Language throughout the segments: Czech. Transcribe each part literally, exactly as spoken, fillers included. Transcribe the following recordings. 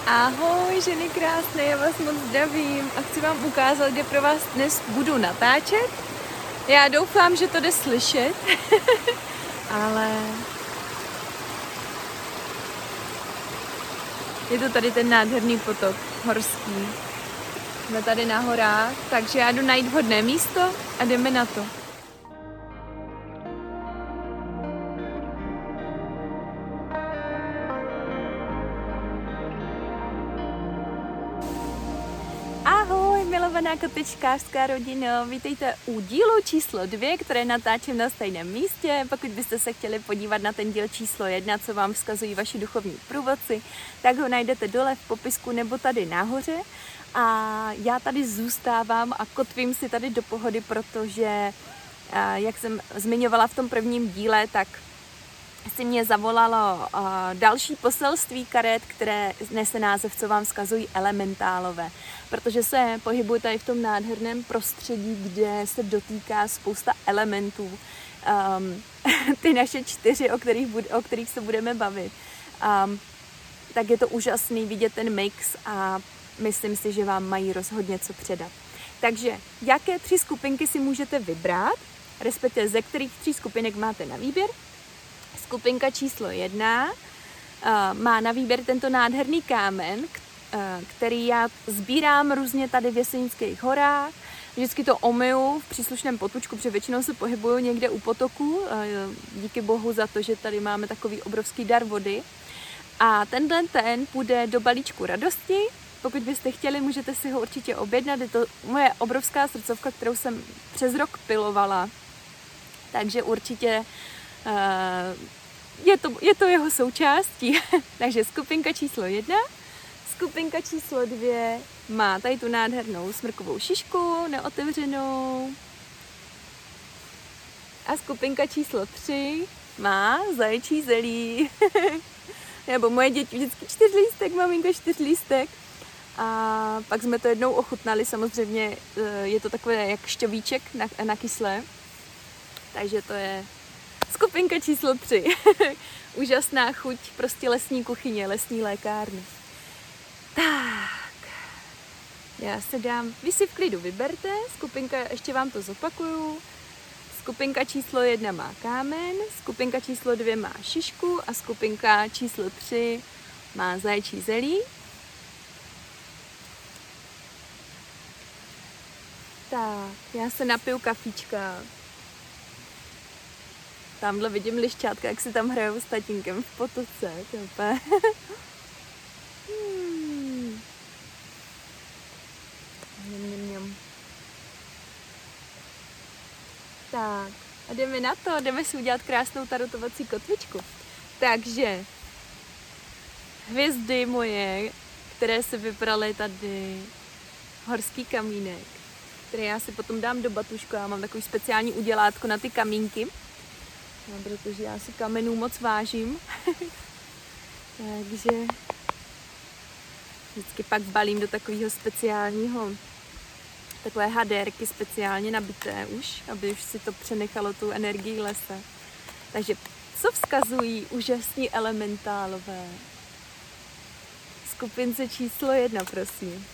Ahoj, ženy krásné, já vás moc zdravím a chci vám ukázat, kde pro vás dnes budu natáčet. Já doufám, že to jde slyšet, ale je to tady ten nádherný potok horský. Jsme tady na horách, takže já jdu najít vhodné místo a jdeme na to. Ahoj, milovaná kotečkářská rodino, vítejte u dílu číslo dvě, které natáčím na stejném místě. Pokud byste se chtěli podívat na ten díl číslo jedna, co vám vzkazují vaši duchovní průvodci, tak ho najdete dole v popisku nebo tady nahoře. A já tady zůstávám a kotvím si tady do pohody, protože, jak jsem zmiňovala v tom prvním díle, tak si mě zavolalo další poselství karet, které nese název, co vám vzkazují elementálové. Protože se pohybuji tady v tom nádherném prostředí, kde se dotýká spousta elementů. Um, ty naše čtyři, o kterých, bud- o kterých se budeme bavit. Um, tak je to úžasný vidět ten mix a myslím si, že vám mají rozhodně co předat. Takže jaké tři skupinky si můžete vybrat, respektive ze kterých tří skupinek máte na výběr? Skupinka číslo jedna uh, má na výběr tento nádherný kámen, k, uh, který já sbírám různě tady v Jesenických horách. Vždycky to omyju v příslušném potůčku, protože většinou se pohybuju někde u potoku. Uh, díky bohu za to, že tady máme takový obrovský dar vody. A tenhle ten půjde do balíčku radosti. Pokud byste chtěli, můžete si ho určitě objednat. Je to moje obrovská srdcovka, kterou jsem přes rok pilovala. Takže určitě uh, je, to, je to jeho součástí. Takže skupinka číslo jedna. Skupinka číslo dvě má tady tu nádhernou smrkovou šišku neotevřenou. A skupinka číslo tři má zaječí zelí. Nebo moje děti vždycky čtyřlístek, maminko čtyřlístek. A pak jsme to jednou ochutnali, samozřejmě je to takové jak šťovíček na, na kyslé. Takže to je skupinka číslo tři. Úžasná chuť, prostě lesní kuchyně, lesní lékárny. Tak, já se dám, vy si v klidu vyberte, skupinka, ještě vám to zopakuju. Skupinka číslo jedna má kámen, skupinka číslo dvě má šišku a skupinka číslo tři má zaječí zelí. Tak, já se napiju kafíčka. Tamhle vidím lišťátka, jak si tam hrajou s tatínkem v potoce. To úplně. hmm. Mňam, mňam, mňam. Tak, a jdeme na to, jdeme si udělat krásnou tarotovací kotvičku. Takže, hvězdy moje, které se vybraly tady, horský kamínek, který já si potom dám do batušku, já mám takový speciální udělátko na ty kamínky, no, protože já si kamenů moc vážím. Takže vždycky pak balím do takového speciálního, takové hadérky speciálně nabité už, aby už si to přenechalo tu energii lesa. Takže co vzkazují úžasní elementálové? Skupince číslo jedna, prosím.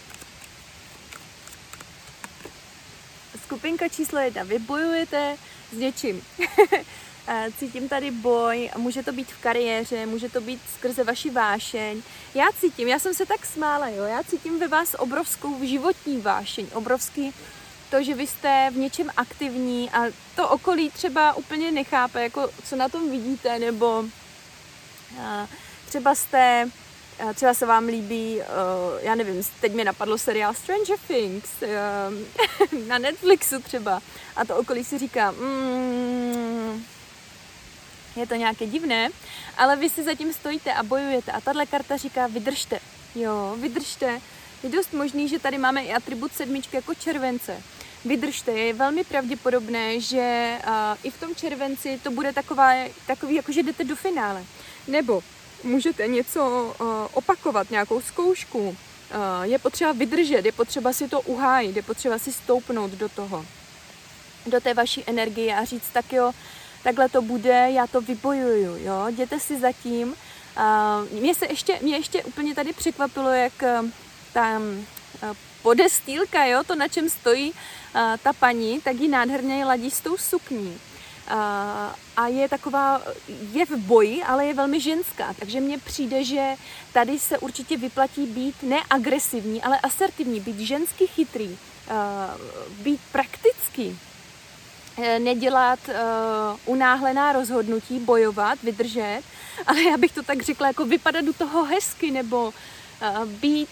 Skupinka číslo jedna. Vy bojujete s něčím. Cítím tady boj, může to být v kariéře, může to být skrze vaši vášeň. Já cítím, já jsem se tak smála, jo, já cítím ve vás obrovskou životní vášeň, obrovský to, že vy jste v něčem aktivní a to okolí třeba úplně nechápe, jako co na tom vidíte, nebo třeba jste, třeba se vám líbí, já nevím, teď mi napadlo seriál Stranger Things na Netflixu třeba a to okolí si říká, mm, je to nějaké divné, ale vy si zatím stojíte a bojujete a tahle karta říká vydržte, jo, vydržte. Je dost možný, že tady máme i atribut sedmičky jako července. Vydržte, je velmi pravděpodobné, že uh, i v tom červenci to bude taková, takový, jako že jdete do finále. Nebo můžete něco uh, opakovat, nějakou zkoušku. Uh, je potřeba vydržet, je potřeba si to uhájit, je potřeba si stoupnout do toho, do té vaší energie a říct tak jo, takhle to bude, já to vybojuju, jo. Jděte si zatím, Uh, mě se ještě, mě ještě úplně tady překvapilo, jak uh, ta uh, podestýlka, jo, to na čem stojí uh, ta paní, tak ji nádherně ladí s tou sukní. Uh, a je taková, je v boji, ale je velmi ženská, takže mně přijde, že tady se určitě vyplatí být ne agresivní, ale asertivní, být žensky chytrý, uh, být praktický, nedělat uh, unáhlená rozhodnutí, bojovat, vydržet, ale já bych to tak řekla, jako vypadat do toho hezky, nebo uh, být,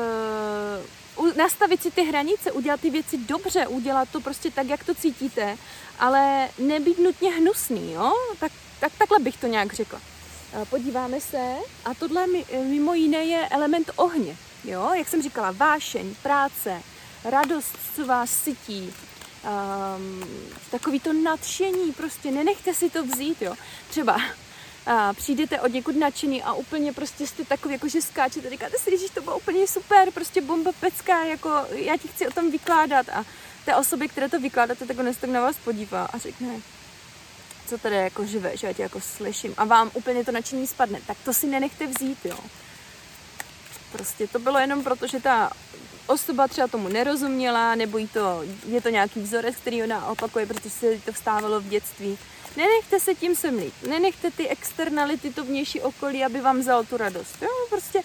uh, nastavit si ty hranice, udělat ty věci dobře, udělat to prostě tak, jak to cítíte, ale nebýt nutně hnusný, jo? Tak, tak takhle bych to nějak řekla. Uh, podíváme se, a tohle mimo jiné je element ohně, jo? Jak jsem říkala, vášeň, práce, radost, co vás sytí, Um, takový to nadšení, prostě nenechte si to vzít, jo. Třeba uh, přijdete od někud nadšení a úplně prostě jste takový, jako že skáčete, říkáte si, že to bylo úplně super, prostě bomba pecka, jako já ti chci o tom vykládat, a té osobě, které to vykládáte, tak on se tak na vás podívá a řekne, co tady jako žive, že já tě jako slyším, a vám úplně to nadšení spadne, tak to si nenechte vzít, jo. Prostě to bylo jenom proto, že ta osoba třeba tomu nerozuměla, nebo jí to, je to nějaký vzorec, který ona opakuje, protože se to vstávalo v dětství. Nenechte se tím semlít, nenechte ty externality, to vnější okolí, aby vám vzal tu radost. Jo, prostě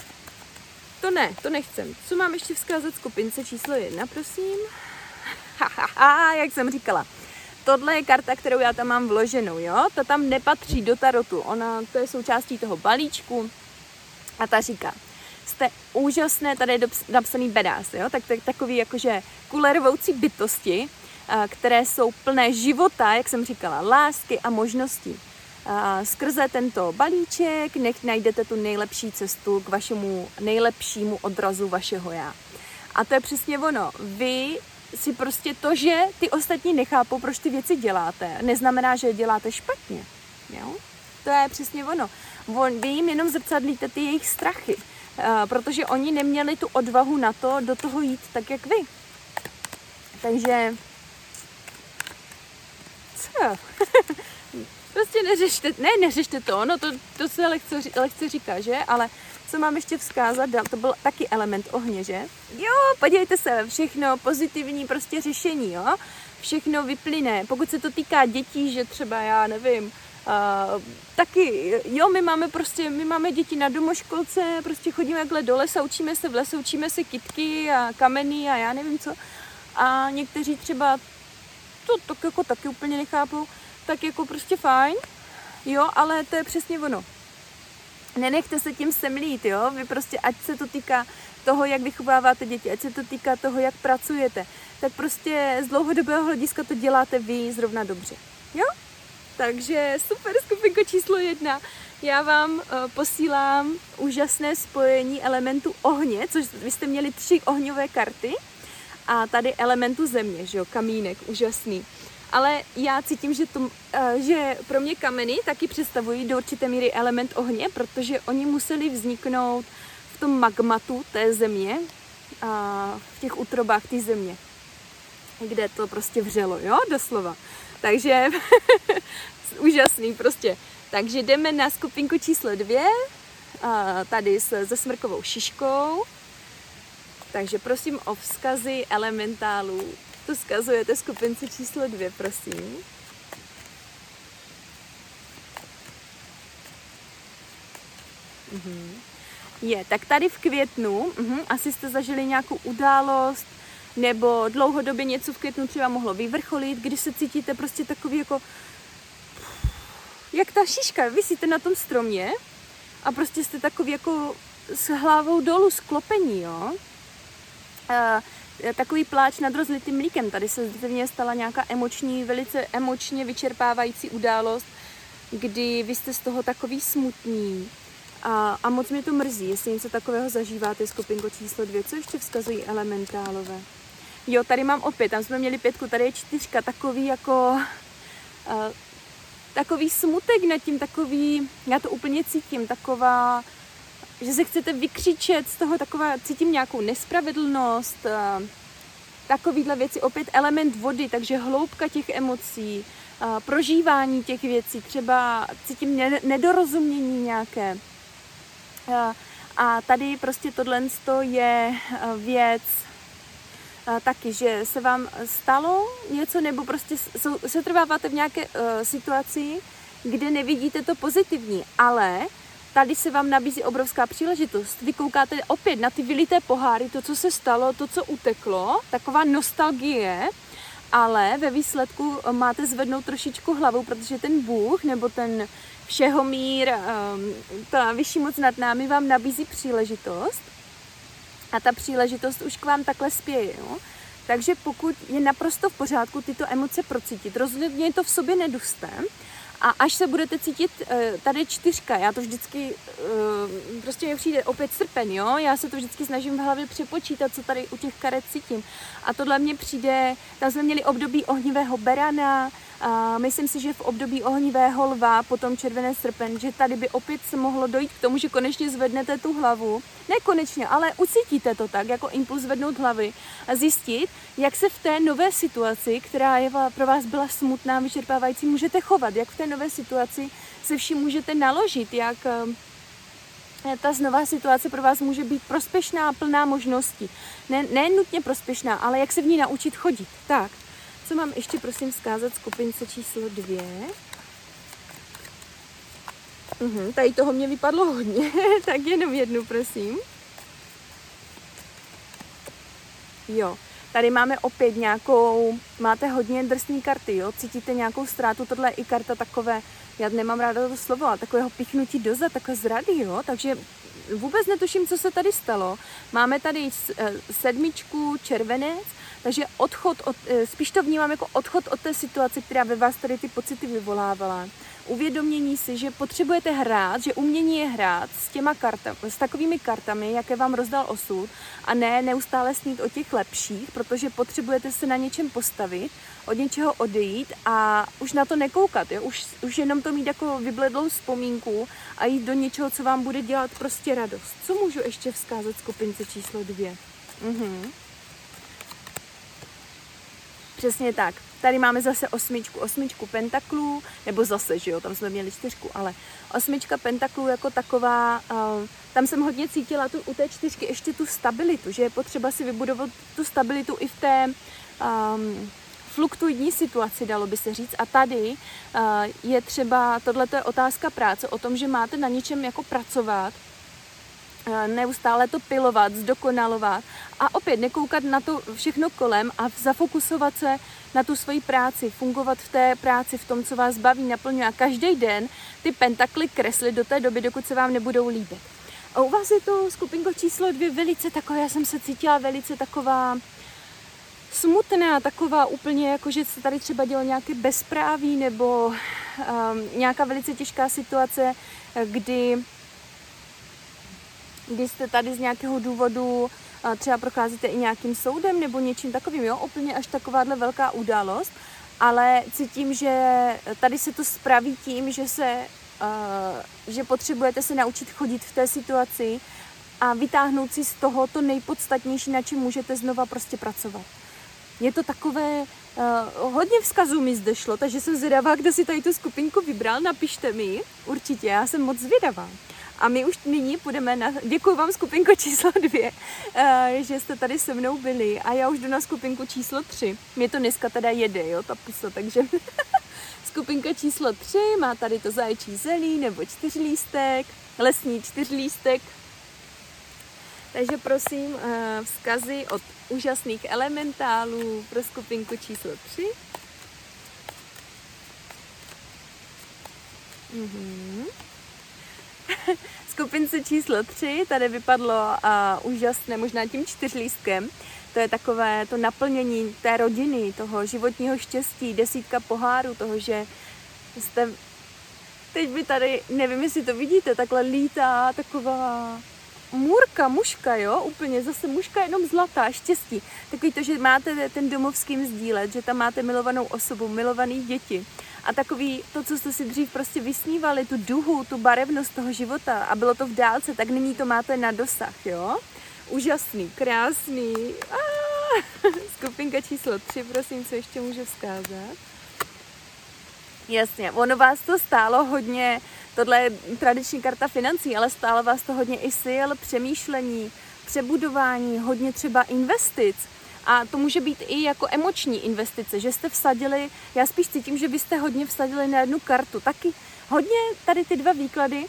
to ne, to nechcem. Co mám ještě vzkázat skupince číslo jedna, prosím? Ha, ha, ha, jak jsem říkala. Tohle je karta, kterou já tam mám vloženou, jo? Ta tam nepatří do tarotu, ona, to je součástí toho balíčku, a ta říká, jste úžasné, tady je napsaný badass, jo? Tak, tak takový jakože kulervoucí bytosti, které jsou plné života, jak jsem říkala, lásky a možností. Skrze tento balíček nech najdete tu nejlepší cestu k vašemu nejlepšímu odrazu vašeho já. A to je přesně ono. Vy si prostě to, že ty ostatní nechápou, proč ty věci děláte, neznamená, že je děláte špatně. Jo? To je přesně ono. Vy jim jenom zrcadlíte ty jejich strachy. Uh, protože oni neměli tu odvahu na to do toho jít tak, jak vy. Takže co? Prostě neřešte, ne, neřešte to, no to, to se lehce, lehce říká, že? Ale co mám ještě vzkázat, to byl taky element ohně, že? Jo, podívejte se, všechno pozitivní prostě řešení, jo? Všechno vyplyne. Pokud se to týká dětí, že třeba, já nevím, Uh, taky, jo, my máme prostě, my máme děti na domoškolce, prostě chodíme takhle do lesa, učíme se v lese, učíme se kytky a kameny a já nevím co. A někteří třeba to, to jako taky úplně nechápou, tak jako prostě fajn, jo, ale to je přesně ono. Nenechte se tím semlít, jo, vy prostě, ať se to týká toho, jak vychováváte děti, ať se to týká toho, jak pracujete, tak prostě z dlouhodobého hlediska to děláte vy zrovna dobře, jo? Takže super, skupinko číslo jedna. Já vám uh, posílám úžasné spojení elementu ohně, což vy jste měli tři ohňové karty a tady elementu země, že jo, kamínek, úžasný. Ale já cítím, že, to, uh, že pro mě kameny taky představují do určité míry element ohně, protože oni museli vzniknout v tom magmatu té země, a v těch útrobách té země, kde to prostě vřelo, jo, doslova. Takže úžasný prostě. Takže jdeme na skupinku číslo dvě, tady se smrkovou šiškou. Takže prosím o vzkazy elementálů. To vzkazujete skupince číslo dvě, prosím. Mhm. Je, tak tady v květnu, mhm, asi jste zažili nějakou událost, nebo dlouhodobě něco v květnu třeba mohlo vyvrcholit, když se cítíte prostě takový jako, jak ta šiška, visíte na tom stromě a prostě jste takový jako s hlavou dolů, sklopení, jo. E, takový pláč nad rozlitým mlíkem, tady se zřejmě stala nějaká emoční, velice emočně vyčerpávající událost, kdy vy jste z toho takový smutný. A, a moc mě to mrzí, jestli něco takového zažíváte, skupinko číslo dvě, co ještě vzkazují elementálové. Jo, tady mám opět, tam jsme měli pětku, tady je čtyřka, takový jako, uh, takový smutek nad tím, takový, já to úplně cítím, taková, že se chcete vykřičet z toho, taková, cítím nějakou nespravedlnost, uh, takovýhle věci, opět element vody, takže hloubka těch emocí, uh, prožívání těch věcí, třeba cítím nedorozumění nějaké, A tady prostě tohle je věc taky, že se vám stalo něco, nebo prostě se trváváte v nějaké situaci, kde nevidíte to pozitivní, ale tady se vám nabízí obrovská příležitost. Vy koukáte opět na ty vylité poháry, to, co se stalo, to, co uteklo, taková nostalgie, ale ve výsledku máte zvednout trošičku hlavu, protože ten Bůh nebo ten všehomír, ta vyšší moc nad námi vám nabízí příležitost a ta příležitost už k vám takhle spěje. Jo? Takže pokud je naprosto v pořádku tyto emoce procítit, rozhodně to v sobě neduste, a až se budete cítit, tady čtyřka, já to vždycky, prostě mi přijde opět srpen, jo, já se to vždycky snažím v hlavě přepočítat, co tady u těch karet cítím. A tohle mně přijde, tam jsme měli období ohnivého berana, a myslím si, že v období ohnivého lva, potom červené srpen, že tady by opět se mohlo dojít k tomu, že konečně zvednete tu hlavu. Ne konečně, ale ucítíte to tak, jako impuls zvednout hlavy a zjistit, jak se v té nové situaci, která je pro vás byla smutná, vyčerpávající, můžete chovat, jak v té nové situaci se vším můžete naložit, jak ta nová situace pro vás může být prospěšná, plná možností. Ne, ne nutně prospěšná, ale jak se v ní naučit chodit. Tak. Co mám ještě, prosím, vzkázat skupince číslo dvě? Uhum, tady toho mě vypadlo hodně, tak jenom jednu, prosím. Jo, tady máme opět nějakou, máte hodně drsný karty, jo, cítíte nějakou ztrátu, tohle je i karta takové, já nemám ráda to slovo, ale takového pichnutí dozad, takové zrady, jo, takže vůbec netuším, co se tady stalo. Máme tady sedmičku červenec, takže odchod od, spíš to vnímám jako odchod od té situace, která ve vás tady ty pocity vyvolávala. Uvědomění si, že potřebujete hrát, že umění je hrát s těma kartami, s takovými kartami, jaké vám rozdal osud, a ne neustále snít o těch lepších, protože potřebujete se na něčem postavit, od něčeho odejít a už na to nekoukat, jo? Už, už jenom to mít jako vybledlou vzpomínku a jít do něčeho, co vám bude dělat prostě radost. Co můžu ještě vzkázat skupince číslo dvě? Mhm. Přesně tak. Tady máme zase osmičku, osmičku pentaklů, nebo zase, že jo, tam jsme měli čtyřku, ale osmička pentaklů jako taková, uh, tam jsem hodně cítila tu, u té čtyřky ještě tu stabilitu, že je potřeba si vybudovat tu stabilitu i v té um, fluktuidní situaci, dalo by se říct. A tady uh, je třeba, tohle je otázka práce, o tom, že máte na něčem jako pracovat, neustále to pilovat, zdokonalovat a opět nekoukat na to všechno kolem a zafokusovat se na tu svoji práci, fungovat v té práci, v tom, co vás baví, naplňuje a každý den ty pentakly kreslit do té doby, dokud se vám nebudou líbit. A u vás je to skupinko číslo dvě velice taková, já jsem se cítila velice taková smutná, taková úplně jako, že se tady třeba dělo nějaké bezpráví nebo um, nějaká velice těžká situace, kdy kdy jste tady z nějakého důvodu třeba procházíte i nějakým soudem nebo něčím takovým, jo, úplně až takováhle velká událost, ale cítím, že tady se to spraví tím, že se, uh, že potřebujete se naučit chodit v té situaci a vytáhnout si z toho to nejpodstatnější, na čem můžete znova prostě pracovat. Je to takové, uh, hodně vzkazů mi zde šlo, takže jsem zvědavá, kdo si tady tu skupinku vybral, napište mi, určitě, já jsem moc zvědavá. A my už nyní půjdeme na, děkuji vám skupinko číslo dvě, že jste tady se mnou byli a já už jdu na skupinku číslo tři. Mě to dneska teda jede, jo, ta pusa, takže skupinka číslo tři má tady to zaječí zelí nebo čtyřlístek, lesní čtyřlístek. Takže prosím, vzkazy od úžasných elementálů pro skupinku číslo tři. Mhm. Skupince číslo tři, tady vypadlo uh, úžasné, možná tím čtyřlístkem. To je takové to naplnění té rodiny, toho životního štěstí, desítka pohárů, toho, že jste, teď by tady, nevím, jestli to vidíte, takhle lítá taková můrka, muška, jo, úplně zase muška jenom zlatá, štěstí. Takový to, že máte ten domov s kým sdílet, že tam máte milovanou osobu, milovaný děti. A takový to, co jste si dřív prostě vysnívali, tu duhu, tu barevnost toho života a bylo to v dálce, tak nyní to máte na dosah, jo. Úžasný, krásný. Ah, skupinka číslo tři, prosím, co ještě můžu vzkázat? Jasně, ono vás to stálo hodně Tohle je tradiční karta financí, ale stále vás to hodně i sil, přemýšlení, přebudování, hodně třeba investic. A to může být i jako emoční investice, že jste vsadili, já spíš cítím, že byste hodně vsadili na jednu kartu. Taky hodně tady ty dva výklady.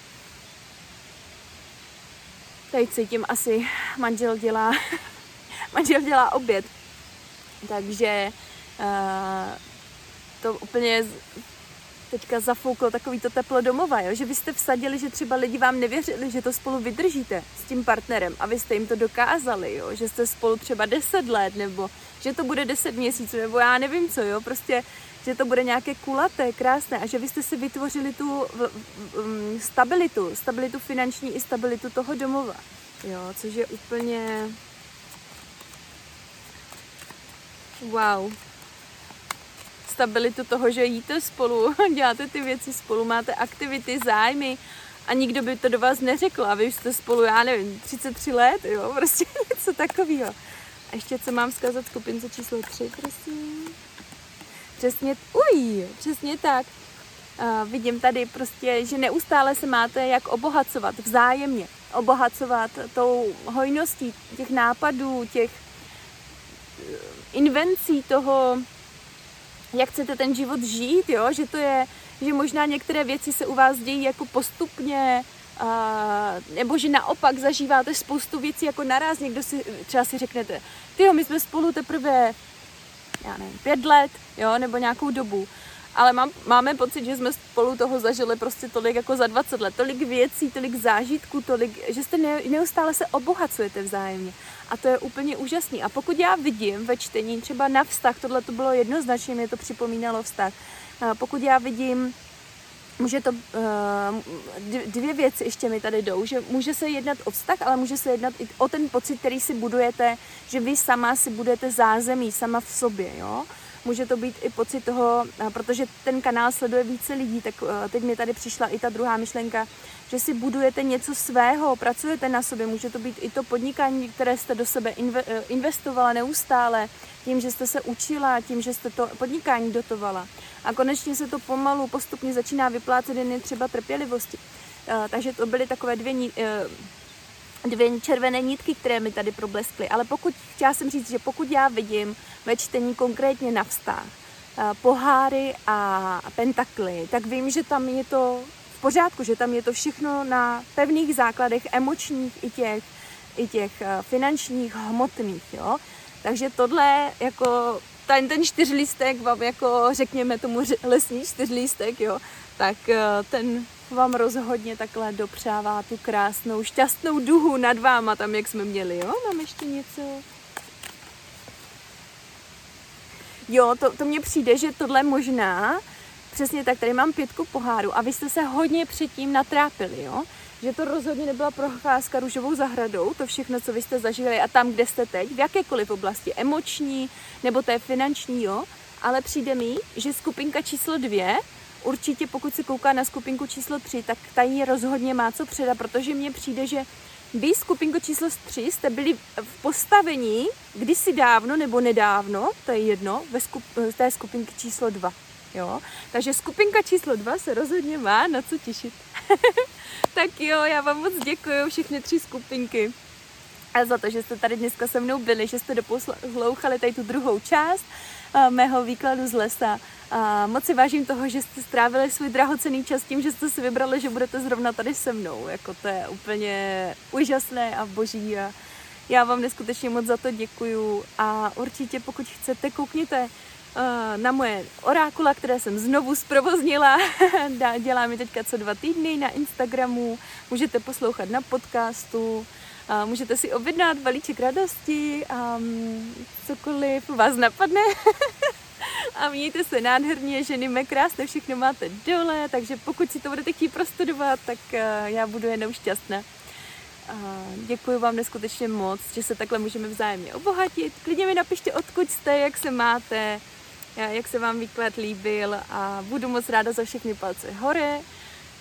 Tady cítím, asi manžel dělá, manžel dělá oběd. Takže uh, to úplně teďka zafouklo takový to teplo domova, jo? Že vy jste vsadili, že třeba lidi vám nevěřili, že to spolu vydržíte s tím partnerem a vy jste jim to dokázali, jo? Že jste spolu třeba deset let, nebo že to bude deset měsíců, nebo já nevím co, jo? Prostě, že to bude nějaké kulaté, krásné a že vy jste si vytvořili tu um, stabilitu, stabilitu finanční i stabilitu toho domova, jo? Což je úplně wow. Stabilitu toho, že jíte spolu, děláte ty věci spolu, máte aktivity, zájmy a nikdo by to do vás neřekl a vy jste spolu, já nevím, třicet tři let, jo, prostě něco takového. A ještě co mám vzkazat skupince číslo tři, prosím. Přesně, uj, přesně tak. Uh, vidím tady prostě, že neustále se máte jak obohacovat vzájemně, obohacovat tou hojností těch nápadů, těch invencí toho, jak chcete ten život žít, jo? Že to je, že možná některé věci se u vás dějí jako postupně, a, nebo že naopak zažíváte spoustu věcí jako naraz, někdo si, třeba si řeknete, tyjo, my jsme spolu teprve, já nevím, pět let, jo, nebo nějakou dobu, ale mám, máme pocit, že jsme spolu toho zažili prostě tolik jako za dvacet let, tolik věcí, tolik zážitků, tolik, že jste ne, neustále se obohacujete vzájemně. A to je úplně úžasný. A pokud já vidím ve čtení třeba na vztah, tohle to bylo jednoznačně, mě to připomínalo vztah, pokud já vidím, může to, dvě věci ještě mi tady jdou, že může se jednat o vztah, ale může se jednat i o ten pocit, který si budujete, že vy sama si budujete zázemí, sama v sobě, jo. Může to být i pocit toho, protože ten kanál sleduje více lidí, tak teď mi tady přišla i ta druhá myšlenka, že si budujete něco svého, pracujete na sobě, může to být i to podnikání, které jste do sebe investovala neustále, tím, že jste se učila, tím, že jste to podnikání dotovala. A konečně se to pomalu, postupně začíná vyplácet jen třeba trpělivosti. Takže to byly takové dvě dvě červené nitky, které mi tady probleskly. Ale pokud, chtěla jsem říct, že pokud já vidím ve čtení konkrétně na vztah poháry a pentakly, tak vím, že tam je to v pořádku, že tam je to všechno na pevných základech, emočních i těch, i těch finančních, hmotných, jo. Takže tohle, jako ten, ten čtyřlístek vám, jako řekněme tomu lesní čtyřlístek, jo, tak ten vám rozhodně takhle dopřává tu krásnou, šťastnou duhu nad váma, tam jak jsme měli, jo? Mám ještě něco? Jo, to, to mně přijde, že tohle možná, přesně tak, tady mám pětku poháru a vy jste se hodně předtím natrápili, jo? Že to rozhodně nebyla procházka růžovou zahradou, to všechno, co vy jste zažili a tam, kde jste teď, v jakékoliv oblasti, emoční nebo té finanční, jo? Ale přijde mi, že skupinka číslo dvě, určitě pokud se kouká na skupinku číslo tři, tak tady rozhodně má co předat, protože mně přijde, že vy skupinko číslo tři jste byli v postavení kdysi dávno nebo nedávno, to je jedno, ve skup, té skupinky číslo dva. Jo? Takže skupinka číslo dva se rozhodně má na co těšit. Tak jo, já vám moc děkuji, všechny tři skupinky. A za to, že jste tady dneska se mnou byli, že jste doposlouchali tady tu druhou část uh, mého výkladu z lesa. A moc si vážím toho, že jste strávili svůj drahocenný čas tím, že jste si vybrali, že budete zrovna tady se mnou. Jako to je úplně úžasné a boží. A já vám neskutečně moc za to děkuju. A určitě, pokud chcete, koukněte uh, na moje orákula, které jsem znovu zprovoznila. Dělám je teďka co dva týdny na Instagramu. Můžete poslouchat na podcastu. A můžete si objednat balíček radosti a um, cokoliv vás napadne. A mějte se nádherně, ženy mé krásné, všechno máte dole, takže pokud si to budete chtít prostudovat, tak uh, já budu jenom šťastná. Uh, děkuji vám neskutečně moc, že se takhle můžeme vzájemně obohatit. Klidně mi napište, odkud jste, jak se máte, jak se vám výklad líbil a budu moc ráda za všechny palce hore.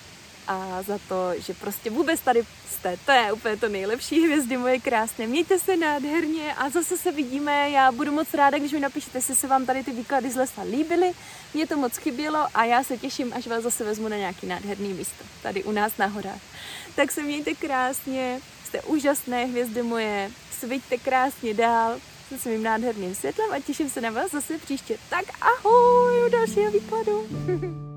a za to, že prostě vůbec tady jste. To je úplně to nejlepší, hvězdy moje krásné. Mějte se nádherně a zase se vidíme. Já budu moc ráda, když mi napíšete, jestli se vám tady ty výklady z lesa líbily. Mně to moc chybělo a já se těším, až vás zase vezmu na nějaký nádherný místo. Tady u nás na horách. Tak se mějte krásně, jste úžasné, hvězdy moje. Sviťte krásně dál se svým nádherným světlem a těším se na vás zase příště. Tak ahoj u dalšího výkladu.